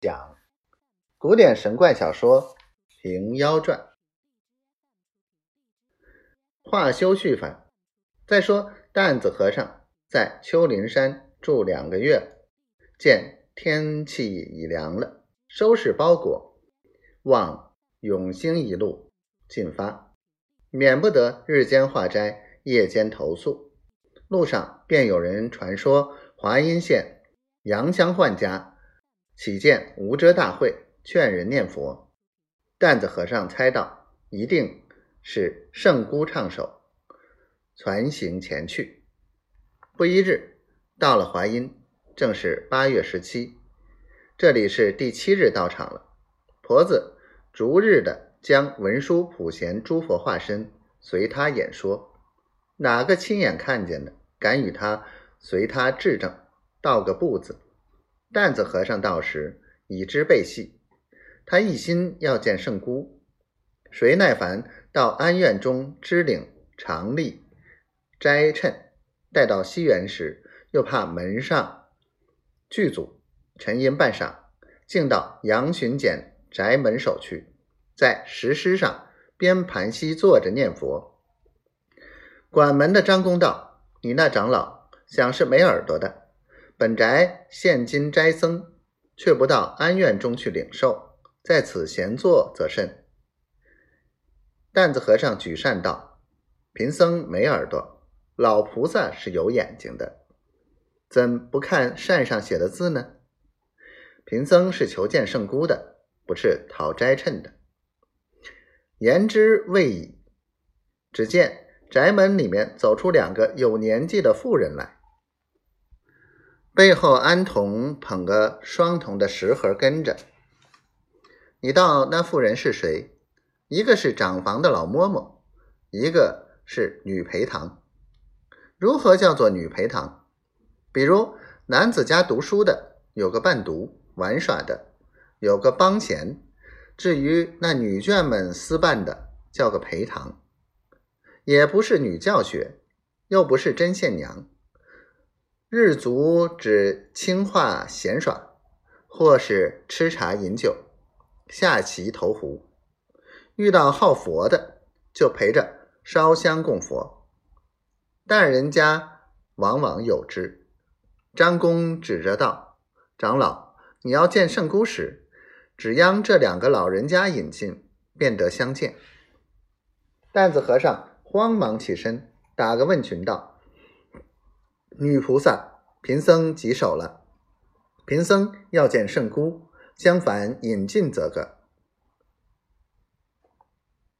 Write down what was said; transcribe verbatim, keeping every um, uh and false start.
讲古典神怪小说《平妖传》。话休叙返，再说担子和尚在丘陵山住两个月，见天气已凉了，收拾包裹，往永兴一路进发，免不得日间化斋，夜间投宿。路上便有人传说华阴县杨香焕家起见无遮大会，劝人念佛。担子和尚猜到一定是圣姑唱首，传行前去。不一日，到了华阴，正是八月十七，这里是第七日到场了。婆子逐日的将文殊普贤诸佛化身随他演说，哪个亲眼看见的，敢与他随他质证，道个不字。担子和尚到时已知背戏，他一心要见圣姑，谁耐烦到安院中支领常例斋称，待到西园时，又怕门上剧组沉吟半晌，竟到杨巡检宅门首去，在石狮上边盘膝坐着念佛。管门的张公道：你那长老想是没耳朵的，本宅现今斋僧，却不到安院中去领受，在此闲坐则甚。担子和尚举扇道：贫僧没耳朵，老菩萨是有眼睛的，怎不看扇上写的字呢？贫僧是求见圣姑的，不是讨斋称的。言之未已，只见宅门里面走出两个有年纪的妇人来，背后安童捧个双铜的食盒跟着。你道那妇人是谁？一个是长房的老嬷嬷，一个是女陪堂。如何叫做女陪堂？比如男子家读书的，有个伴读玩耍的，有个帮闲，至于那女眷们私办的，叫个陪堂。也不是女教学，又不是针线娘，日足只轻话闲耍，或是吃茶饮酒，下棋投壶。遇到好佛的，就陪着烧香供佛。但人家往往有之。张公指着道：长老，你要见圣姑时，只央这两个老人家引进，便得相见。担子和尚慌忙起身，打个问群道：女菩萨，贫僧棘手了。贫僧要见圣姑，相反引进则个。